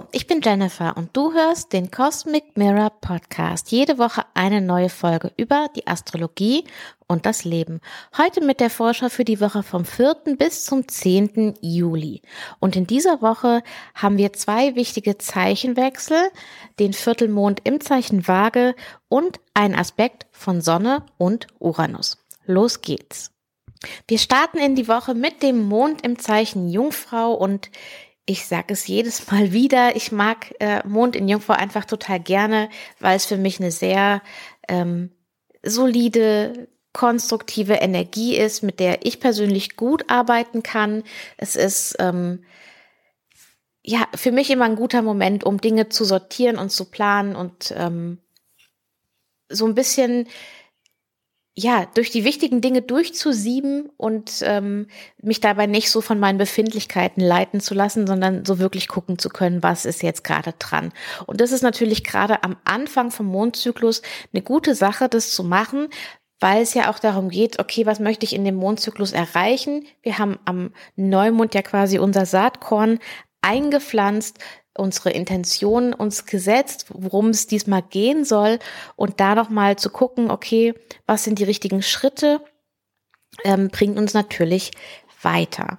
ich bin Jennifer und du hörst den Cosmic Mirror Podcast. Jede Woche eine neue Folge über die Astrologie und das Leben. Heute mit der Vorschau für die Woche vom 4. bis zum 10. Juli. Und in dieser Woche haben wir 2 wichtige Zeichenwechsel, den Viertelmond im Zeichen Waage und einen Aspekt von Sonne und Uranus. Los geht's. Wir starten in die Woche mit dem Mond im Zeichen Jungfrau und ich sage es jedes Mal wieder, ich mag Mond in Jungfrau einfach total gerne, weil es für mich eine sehr solide, konstruktive Energie ist, mit der ich persönlich gut arbeiten kann. Es ist für mich immer ein guter Moment, um Dinge zu sortieren und zu planen und so ein bisschen durch die wichtigen Dinge durchzusieben und mich dabei nicht so von meinen Befindlichkeiten leiten zu lassen, sondern so wirklich gucken zu können, was ist jetzt gerade dran. Und das ist natürlich gerade am Anfang vom Mondzyklus eine gute Sache, das zu machen, weil es ja auch darum geht, okay, was möchte ich in dem Mondzyklus erreichen? Wir haben am Neumond ja quasi unser Saatkorn eingepflanzt, unsere Intention uns gesetzt, worum es diesmal gehen soll und da nochmal zu gucken, okay, was sind die richtigen Schritte, bringt uns natürlich weiter.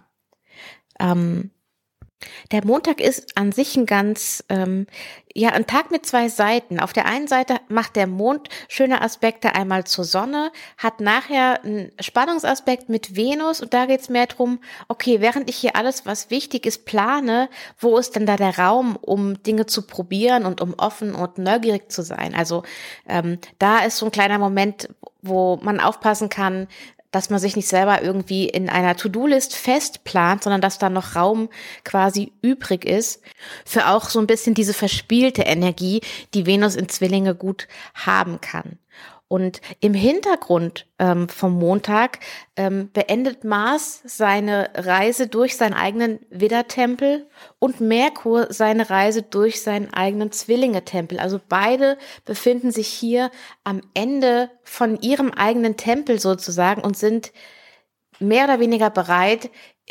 Der Montag ist an sich ein ganz, ein Tag mit 2 Seiten. Auf der einen Seite macht der Mond schöne Aspekte einmal zur Sonne, hat nachher einen Spannungsaspekt mit Venus und da geht's mehr drum, okay, während ich hier alles, was wichtig ist, plane, wo ist denn da der Raum, um Dinge zu probieren und um offen und neugierig zu sein? Also da ist so ein kleiner Moment, wo man aufpassen kann, dass man sich nicht selber irgendwie in einer To-Do-List festplant, sondern dass da noch Raum quasi übrig ist für auch so ein bisschen diese verspielte Energie, die Venus in Zwillinge gut haben kann. Und im Hintergrund vom Montag beendet Mars seine Reise durch seinen eigenen Widder-Tempel und Merkur seine Reise durch seinen eigenen Zwillinge-Tempel. Also beide befinden sich hier am Ende von ihrem eigenen Tempel sozusagen und sind mehr oder weniger bereit,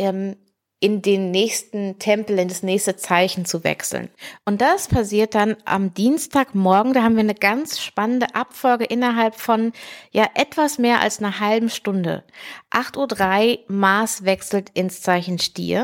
in den nächsten Tempel, in das nächste Zeichen zu wechseln. Und das passiert dann am Dienstagmorgen. Da haben wir eine ganz spannende Abfolge innerhalb von etwas mehr als einer halben Stunde. 8:03 Uhr Mars wechselt ins Zeichen Stier,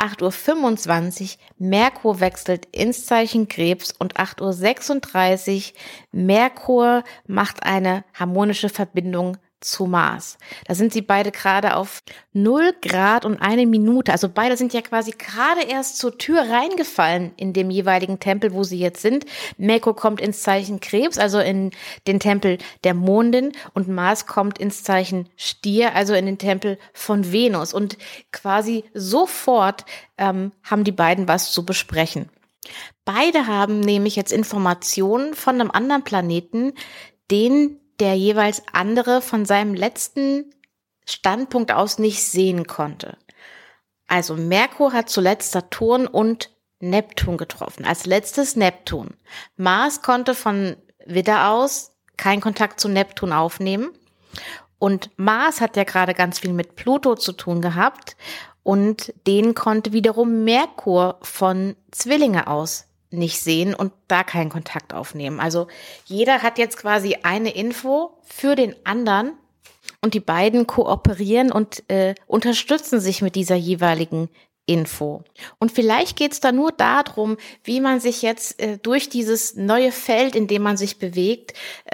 8:25 Uhr Merkur wechselt ins Zeichen Krebs und 8:36 Uhr Merkur macht eine harmonische Verbindung zu Mars. Da sind sie beide gerade auf 0 Grad und 1 Minute. Also beide sind ja quasi gerade erst zur Tür reingefallen in dem jeweiligen Tempel, wo sie jetzt sind. Merkur kommt ins Zeichen Krebs, also in den Tempel der Mondin und Mars kommt ins Zeichen Stier, also in den Tempel von Venus. Und quasi sofort haben die beiden was zu besprechen. Beide haben nämlich jetzt Informationen von einem anderen Planeten, den der jeweils andere von seinem letzten Standpunkt aus nicht sehen konnte. Also Merkur hat zuletzt Saturn und Neptun getroffen, als letztes Neptun. Mars konnte von Widder aus keinen Kontakt zu Neptun aufnehmen und Mars hat ja gerade ganz viel mit Pluto zu tun gehabt und den konnte wiederum Merkur von Zwillinge aus nicht sehen und da keinen Kontakt aufnehmen. Also jeder hat jetzt quasi eine Info für den anderen und die beiden kooperieren und unterstützen sich mit dieser jeweiligen Info. Und vielleicht geht es da nur darum, wie man sich jetzt durch dieses neue Feld, in dem man sich bewegt,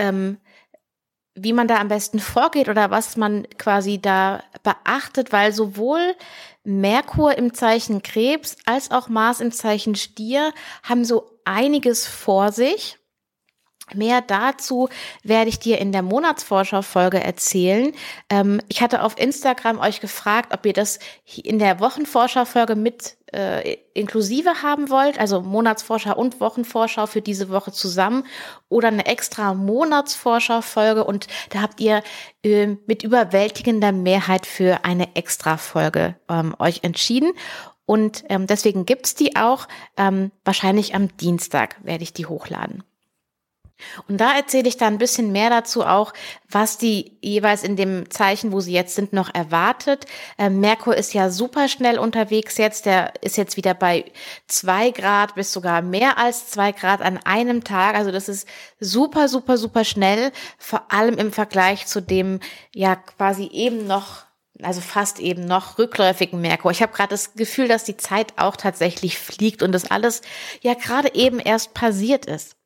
wie man da am besten vorgeht oder was man quasi da beachtet, weil sowohl Merkur im Zeichen Krebs als auch Mars im Zeichen Stier haben so einiges vor sich. Mehr dazu werde ich dir in der Monatsvorschau-Folge erzählen. Ich hatte auf Instagram euch gefragt, ob ihr das in der Wochenvorschau-Folge mit inklusive haben wollt, also Monatsvorschau und Wochenvorschau für diese Woche zusammen oder eine extra Monatsvorschau-Folge und da habt ihr mit überwältigender Mehrheit für eine Extra-Folge euch entschieden. Und deswegen gibt's die auch. Wahrscheinlich am Dienstag werde ich die hochladen. Und da erzähle ich dann ein bisschen mehr dazu auch, was die jeweils in dem Zeichen, wo sie jetzt sind, noch erwartet. Merkur ist ja super schnell unterwegs jetzt. Der ist jetzt wieder bei 2 Grad bis sogar mehr als 2 Grad an einem Tag. Also das ist super, super, super schnell. Vor allem im Vergleich zu dem ja quasi eben noch, also fast eben noch rückläufigen Merkur. Ich habe gerade das Gefühl, dass die Zeit auch tatsächlich fliegt und das alles ja gerade eben erst passiert ist.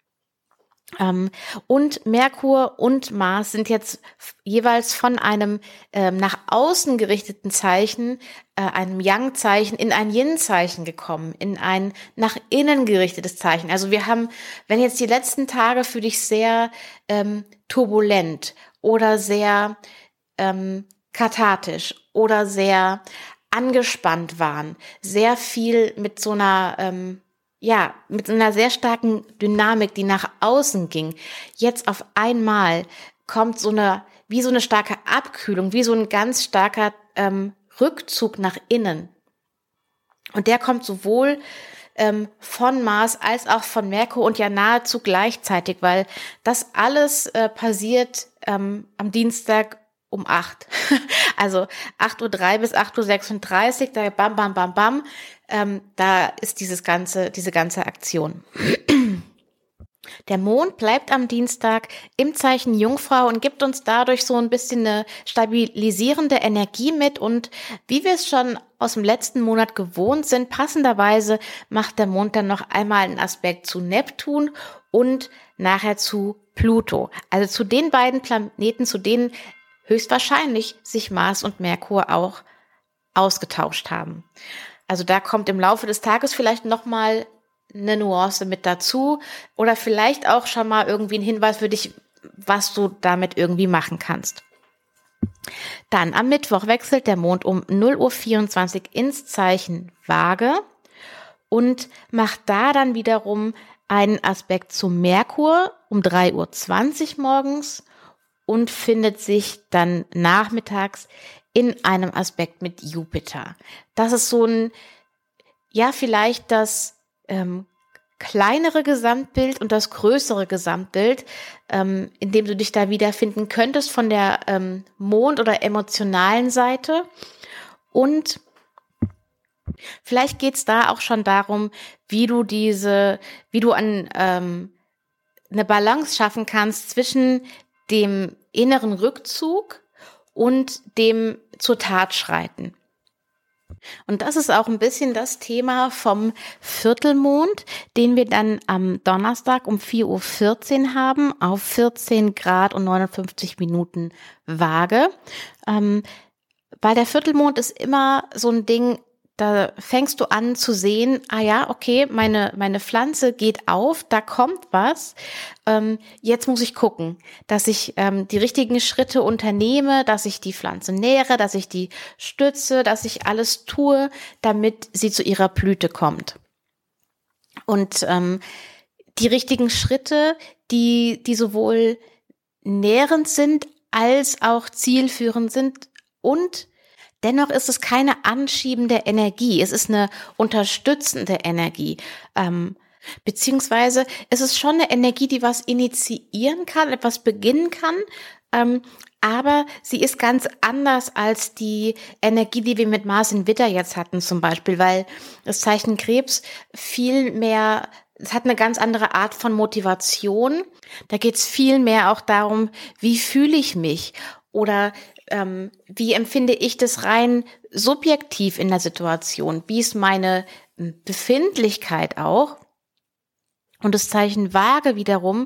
Und Merkur und Mars sind jetzt jeweils von einem nach außen gerichteten Zeichen, einem Yang-Zeichen, in ein Yin-Zeichen gekommen, in ein nach innen gerichtetes Zeichen. Also wir haben, wenn jetzt die letzten Tage für dich sehr turbulent oder sehr kathartisch oder sehr angespannt waren, sehr viel mit so einer mit einer sehr starken Dynamik, die nach außen ging. Jetzt auf einmal kommt wie so eine starke Abkühlung, wie so ein ganz starker Rückzug nach innen. Und der kommt sowohl von Mars als auch von Merkur und ja nahezu gleichzeitig, weil das alles passiert am Dienstag um 8. Also 8:03 bis 8:36 da bam, bam, bam, bam. Da ist diese ganze Aktion. Der Mond bleibt am Dienstag im Zeichen Jungfrau und gibt uns dadurch so ein bisschen eine stabilisierende Energie mit. Und wie wir es schon aus dem letzten Monat gewohnt sind, passenderweise macht der Mond dann noch einmal einen Aspekt zu Neptun und nachher zu Pluto. Also zu den beiden Planeten, zu denen höchstwahrscheinlich sich Mars und Merkur auch ausgetauscht haben. Also da kommt im Laufe des Tages vielleicht nochmal eine Nuance mit dazu oder vielleicht auch schon mal irgendwie ein Hinweis für dich, was du damit irgendwie machen kannst. Dann am Mittwoch wechselt der Mond um 0:24 ins Zeichen Waage und macht da dann wiederum einen Aspekt zu Merkur um 3:20 morgens und findet sich dann nachmittags in einem Aspekt mit Jupiter. Das ist so ein, ja, vielleicht das kleinere Gesamtbild und das größere Gesamtbild, in dem du dich da wiederfinden könntest von der Mond- oder emotionalen Seite. Und vielleicht geht's da auch schon darum, wie du eine Balance schaffen kannst zwischen dem inneren Rückzug und dem zur Tat schreiten. Und das ist auch ein bisschen das Thema vom Viertelmond, den wir dann am Donnerstag um 4:14 haben, auf 14 Grad und 59 Minuten Waage. Weil der Viertelmond ist immer so ein Ding, da fängst du an zu sehen, ah ja, okay, meine Pflanze geht auf, da kommt was. Jetzt muss ich gucken, dass ich die richtigen Schritte unternehme, dass ich die Pflanze nähere, dass ich die stütze, dass ich alles tue, damit sie zu ihrer Blüte kommt. Und die richtigen Schritte, die sowohl nährend sind, als auch zielführend sind und dennoch ist es keine anschiebende Energie, es ist eine unterstützende Energie, beziehungsweise es ist schon eine Energie, die was initiieren kann, etwas beginnen kann, aber sie ist ganz anders als die Energie, die wir mit Mars in Widder jetzt hatten zum Beispiel, weil das Zeichen Krebs viel mehr, es hat eine ganz andere Art von Motivation, da geht es viel mehr auch darum, wie fühle ich mich oder wie empfinde ich das rein subjektiv in der Situation? Wie ist meine Befindlichkeit auch? Und das Zeichen Waage wiederum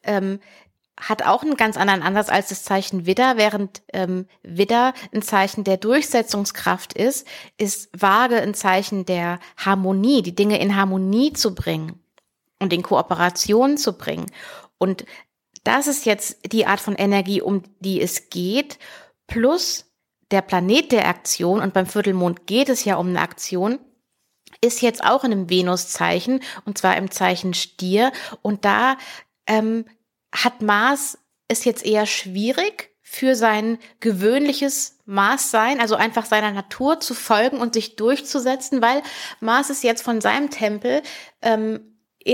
hat auch einen ganz anderen Ansatz als das Zeichen Widder. Während Widder ein Zeichen der Durchsetzungskraft ist Waage ein Zeichen der Harmonie, die Dinge in Harmonie zu bringen und in Kooperation zu bringen. Und das ist jetzt die Art von Energie, um die es geht, plus der Planet der Aktion, und beim Viertelmond geht es ja um eine Aktion, ist jetzt auch in einem Venuszeichen, und zwar im Zeichen Stier. Und da hat Mars es jetzt eher schwierig, für sein gewöhnliches Marssein, also einfach seiner Natur zu folgen und sich durchzusetzen, weil Mars ist jetzt von seinem Tempel im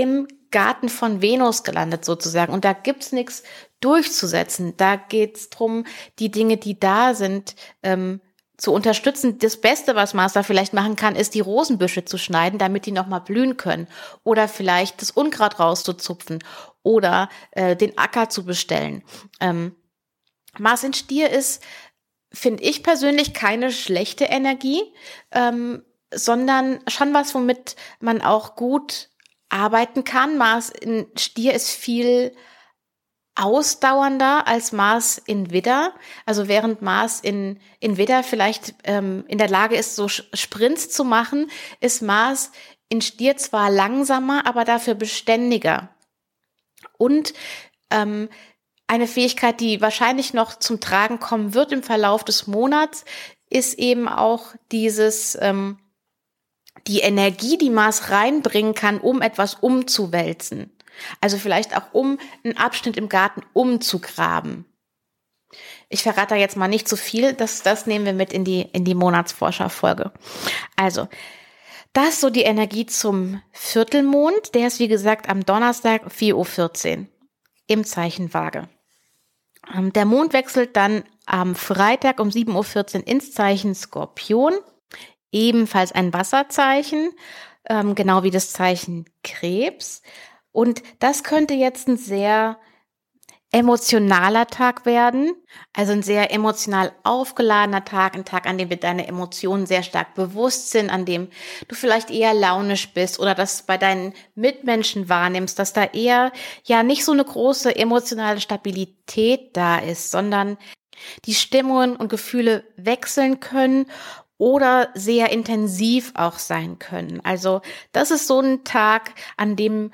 Garten von Venus gelandet sozusagen. Und da gibt's nichts durchzusetzen. Da geht's drum, die Dinge, die da sind, zu unterstützen. Das Beste, was Mars da vielleicht machen kann, ist, die Rosenbüsche zu schneiden, damit die nochmal blühen können. Oder vielleicht das Unkraut rauszuzupfen. Oder den Acker zu bestellen. Mars in Stier ist, finde ich persönlich, keine schlechte Energie, sondern schon was, womit man auch gut arbeiten kann. Mars in Stier ist viel ausdauernder als Mars in Widder. Also während Mars in Widder vielleicht in der Lage ist, so Sprints zu machen, ist Mars in Stier zwar langsamer, aber dafür beständiger. Und eine Fähigkeit, die wahrscheinlich noch zum Tragen kommen wird im Verlauf des Monats, ist eben auch dieses die Energie, die Mars reinbringen kann, um etwas umzuwälzen. Also vielleicht auch um einen Abschnitt im Garten umzugraben. Ich verrate da jetzt mal nicht zu viel, das nehmen wir mit in die Monatsvorschau-Folge. Also, das ist so die Energie zum Viertelmond. Der ist, wie gesagt, am Donnerstag 4:14 Uhr im Zeichen Waage. Der Mond wechselt dann am Freitag um 7:14 Uhr ins Zeichen Skorpion. Ebenfalls ein Wasserzeichen, genau wie das Zeichen Krebs. Und das könnte jetzt ein sehr emotionaler Tag werden, also ein sehr emotional aufgeladener Tag, ein Tag, an dem dir deine Emotionen sehr stark bewusst sind, an dem du vielleicht eher launisch bist oder das bei deinen Mitmenschen wahrnimmst, dass da eher ja nicht so eine große emotionale Stabilität da ist, sondern die Stimmungen und Gefühle wechseln können oder sehr intensiv auch sein können. Also das ist so ein Tag, an dem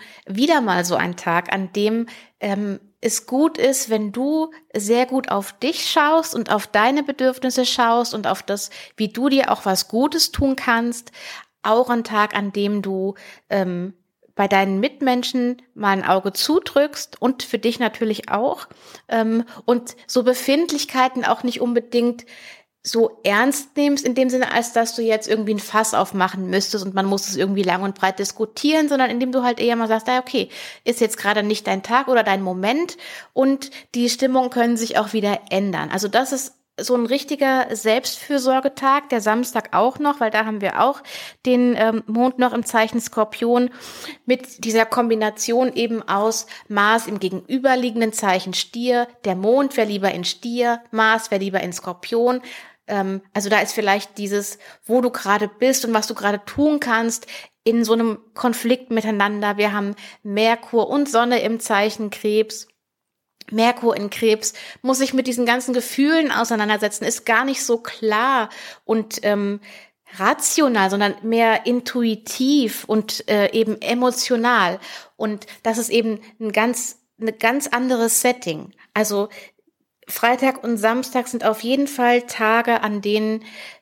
es gut ist, wenn du sehr gut auf dich schaust und auf deine Bedürfnisse schaust und auf das, wie du dir auch was Gutes tun kannst. Auch ein Tag, an dem du bei deinen Mitmenschen mal ein Auge zudrückst und für dich natürlich auch. Und so Befindlichkeiten auch nicht unbedingt so ernst nimmst, in dem Sinne, als dass du jetzt irgendwie ein Fass aufmachen müsstest und man muss es irgendwie lang und breit diskutieren, sondern indem du halt eher mal sagst, okay, ist jetzt gerade nicht dein Tag oder dein Moment und die Stimmungen können sich auch wieder ändern. Also das ist so ein richtiger Selbstfürsorgetag, der Samstag auch noch, weil da haben wir auch den Mond noch im Zeichen Skorpion mit dieser Kombination eben aus Mars im gegenüberliegenden Zeichen Stier, der Mond wäre lieber in Stier, Mars wäre lieber in Skorpion. Also da ist vielleicht dieses, wo du gerade bist und was du gerade tun kannst, in so einem Konflikt miteinander. Wir haben Merkur und Sonne im Zeichen Krebs. Merkur in Krebs muss sich mit diesen ganzen Gefühlen auseinandersetzen, ist gar nicht so klar und rational, sondern mehr intuitiv und eben emotional. Und das ist eben eine ganz anderes Setting. Also Freitag und Samstag sind auf jeden Fall Tage, an denen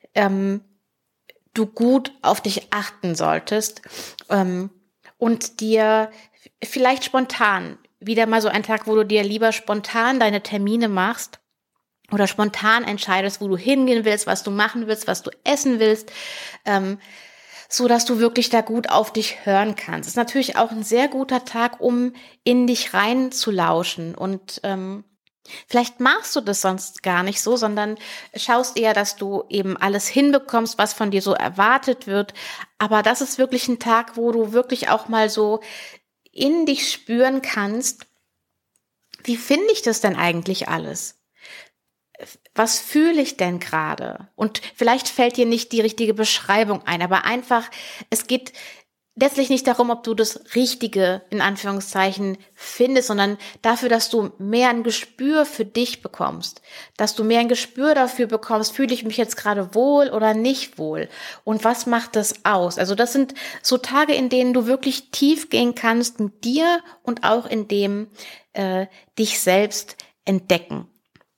du gut auf dich achten solltest und dir vielleicht spontan wieder mal so ein Tag, wo du dir lieber spontan deine Termine machst oder spontan entscheidest, wo du hingehen willst, was du machen willst, was du essen willst, so dass du wirklich da gut auf dich hören kannst. Ist natürlich auch ein sehr guter Tag, um in dich reinzulauschen und vielleicht machst du das sonst gar nicht so, sondern schaust eher, dass du eben alles hinbekommst, was von dir so erwartet wird. Aber das ist wirklich ein Tag, wo du wirklich auch mal so in dich spüren kannst, wie finde ich das denn eigentlich alles? Was fühle ich denn gerade? Und vielleicht fällt dir nicht die richtige Beschreibung ein, aber einfach, es geht letztlich nicht darum, ob du das Richtige, in Anführungszeichen, findest, sondern dafür, dass du mehr ein Gespür für dich bekommst. Dass du mehr ein Gespür dafür bekommst, fühle ich mich jetzt gerade wohl oder nicht wohl? Und was macht das aus? Also das sind so Tage, in denen du wirklich tief gehen kannst mit dir und auch in dem dich selbst entdecken.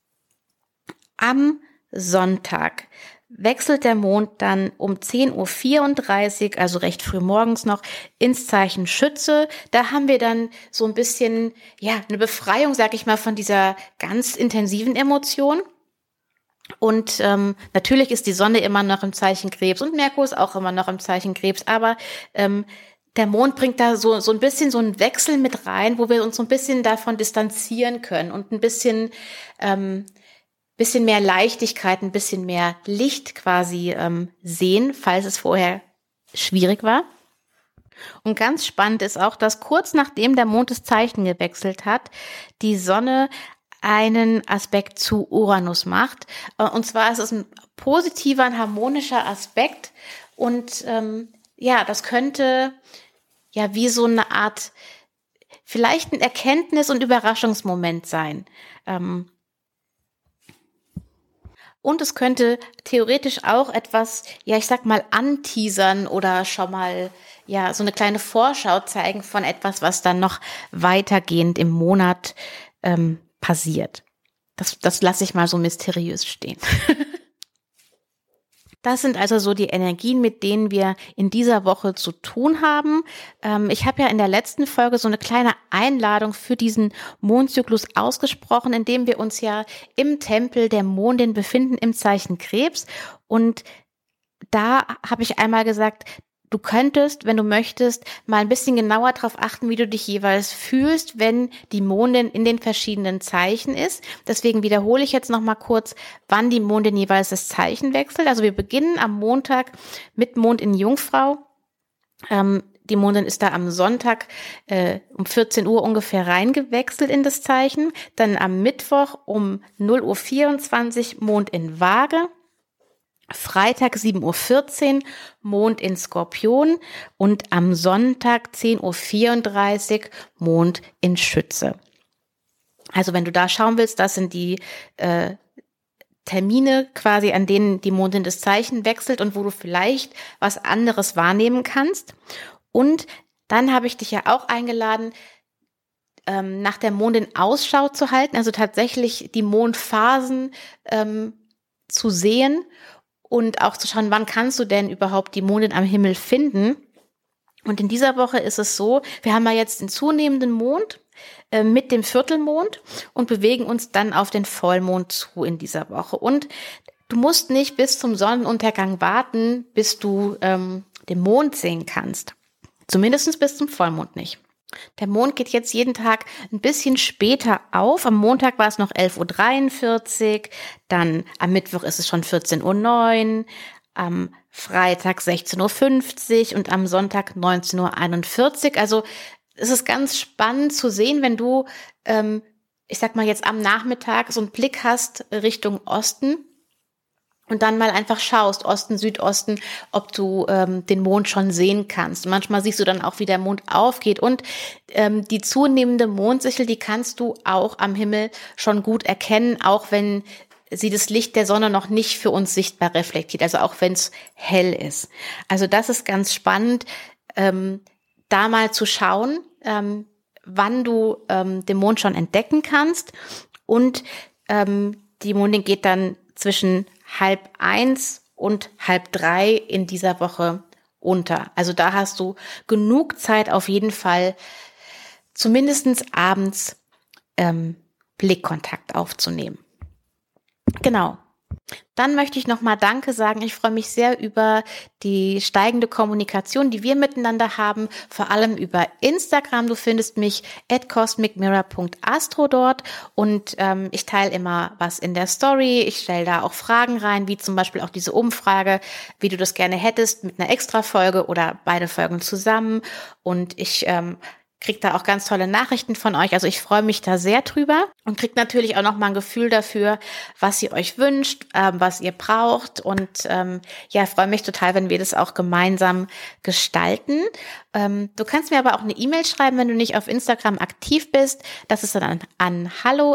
Am Sonntag wechselt der Mond dann um 10:34 Uhr, also recht früh morgens noch, ins Zeichen Schütze. Da haben wir dann so ein bisschen, eine Befreiung, sag ich mal, von dieser ganz intensiven Emotion. Und natürlich ist die Sonne immer noch im Zeichen Krebs und Merkur ist auch immer noch im Zeichen Krebs, aber der Mond bringt da so ein bisschen so einen Wechsel mit rein, wo wir uns so ein bisschen davon distanzieren können und ein bisschen mehr Leichtigkeit, ein bisschen mehr Licht quasi sehen, falls es vorher schwierig war. Und ganz spannend ist auch, dass kurz nachdem der Mond das Zeichen gewechselt hat, die Sonne einen Aspekt zu Uranus macht. Und zwar ist es ein positiver, ein harmonischer Aspekt. Und das könnte ja wie so eine Art, vielleicht ein Erkenntnis- und Überraschungsmoment sein. Und es könnte theoretisch auch etwas, ich sag mal, anteasern oder schon mal, so eine kleine Vorschau zeigen von etwas, was dann noch weitergehend im Monat passiert. Das lasse ich mal so mysteriös stehen. Das sind also so die Energien, mit denen wir in dieser Woche zu tun haben. Ich habe ja in der letzten Folge so eine kleine Einladung für diesen Mondzyklus ausgesprochen, in dem wir uns ja im Tempel der Mondin befinden, im Zeichen Krebs. Und da habe ich einmal gesagt, du könntest, wenn du möchtest, mal ein bisschen genauer darauf achten, wie du dich jeweils fühlst, wenn die Mondin in den verschiedenen Zeichen ist. Deswegen wiederhole ich jetzt noch mal kurz, wann die Mondin jeweils das Zeichen wechselt. Also wir beginnen am Montag mit Mond in Jungfrau. Die Mondin ist da am Sonntag um 14 Uhr ungefähr reingewechselt in das Zeichen. Dann am Mittwoch um 0:24 Uhr Mond in Waage. Freitag 7:14 Uhr Mond in Skorpion und am Sonntag 10:34 Uhr Mond in Schütze. Also wenn du da schauen willst, das sind die Termine quasi, an denen die Mondin das Zeichen wechselt und wo du vielleicht was anderes wahrnehmen kannst. Und dann habe ich dich ja auch eingeladen, nach der Mondin Ausschau zu halten, also tatsächlich die Mondphasen zu sehen. Und auch zu schauen, wann kannst du denn überhaupt die Mondin am Himmel finden? Und in dieser Woche ist es so, wir haben ja jetzt den zunehmenden Mond mit dem Viertelmond und bewegen uns dann auf den Vollmond zu in dieser Woche. Und du musst nicht bis zum Sonnenuntergang warten, bis du den Mond sehen kannst. Zumindest bis zum Vollmond nicht. Der Mond geht jetzt jeden Tag ein bisschen später auf. Am Montag war es noch 11:43 Uhr, dann am Mittwoch ist es schon 14:09 Uhr, am Freitag 16:50 Uhr und am Sonntag 19:41 Uhr. Also es ist ganz spannend zu sehen, wenn du, ich sag mal jetzt am Nachmittag so einen Blick hast Richtung Osten. Und dann mal einfach schaust, Osten, Südosten, ob du den Mond schon sehen kannst. Und manchmal siehst du dann auch, wie der Mond aufgeht. Und die zunehmende Mondsichel, die kannst du auch am Himmel schon gut erkennen, auch wenn sie das Licht der Sonne noch nicht für uns sichtbar reflektiert, also auch wenn es hell ist. Also das ist ganz spannend, da mal zu schauen, wann du den Mond schon entdecken kannst. Und die Mondin geht dann zwischen 12:30 und 12:30 in dieser Woche unter. Also da hast du genug Zeit auf jeden Fall, zumindest abends Blickkontakt aufzunehmen. Genau. Dann möchte ich nochmal Danke sagen. Ich freue mich sehr über die steigende Kommunikation, die wir miteinander haben, vor allem über Instagram. Du findest mich @cosmicmirror.astro dort und ich teile immer was in der Story. Ich stelle da auch Fragen rein, wie zum Beispiel auch diese Umfrage, wie du das gerne hättest mit einer Extra-Folge oder beide Folgen zusammen. Und ich kriegt da auch ganz tolle Nachrichten von euch. Also ich freue mich da sehr drüber und kriegt natürlich auch noch mal ein Gefühl dafür, was ihr euch wünscht, was ihr braucht. Und freue mich total, wenn wir das auch gemeinsam gestalten. Du kannst mir aber auch eine E-Mail schreiben, wenn du nicht auf Instagram aktiv bist. Das ist dann an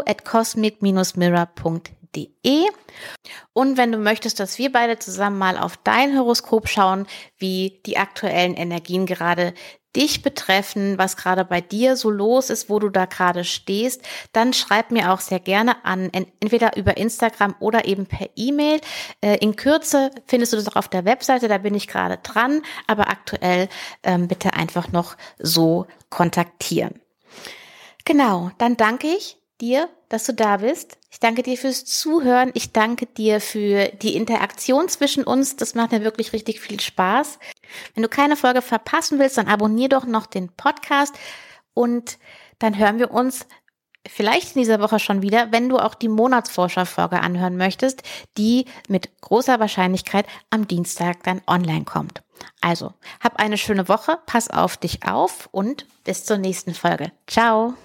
hallo@cosmic-mirror.de. Und wenn du möchtest, dass wir beide zusammen mal auf dein Horoskop schauen, wie die aktuellen Energien gerade dich betreffen, was gerade bei dir so los ist, wo du da gerade stehst, dann schreib mir auch sehr gerne an, entweder über Instagram oder eben per E-Mail. In Kürze findest du das auch auf der Webseite, da bin ich gerade dran, aber aktuell bitte einfach noch so kontaktieren. Genau, dann danke ich dir, dass du da bist. Ich danke dir fürs Zuhören. Ich danke dir für die Interaktion zwischen uns. Das macht mir wirklich richtig viel Spaß. Wenn du keine Folge verpassen willst, dann abonnier doch noch den Podcast und dann hören wir uns vielleicht in dieser Woche schon wieder, wenn du auch die Monatsvorschau-Folge anhören möchtest, die mit großer Wahrscheinlichkeit am Dienstag dann online kommt. Also, hab eine schöne Woche, pass auf dich auf und bis zur nächsten Folge. Ciao!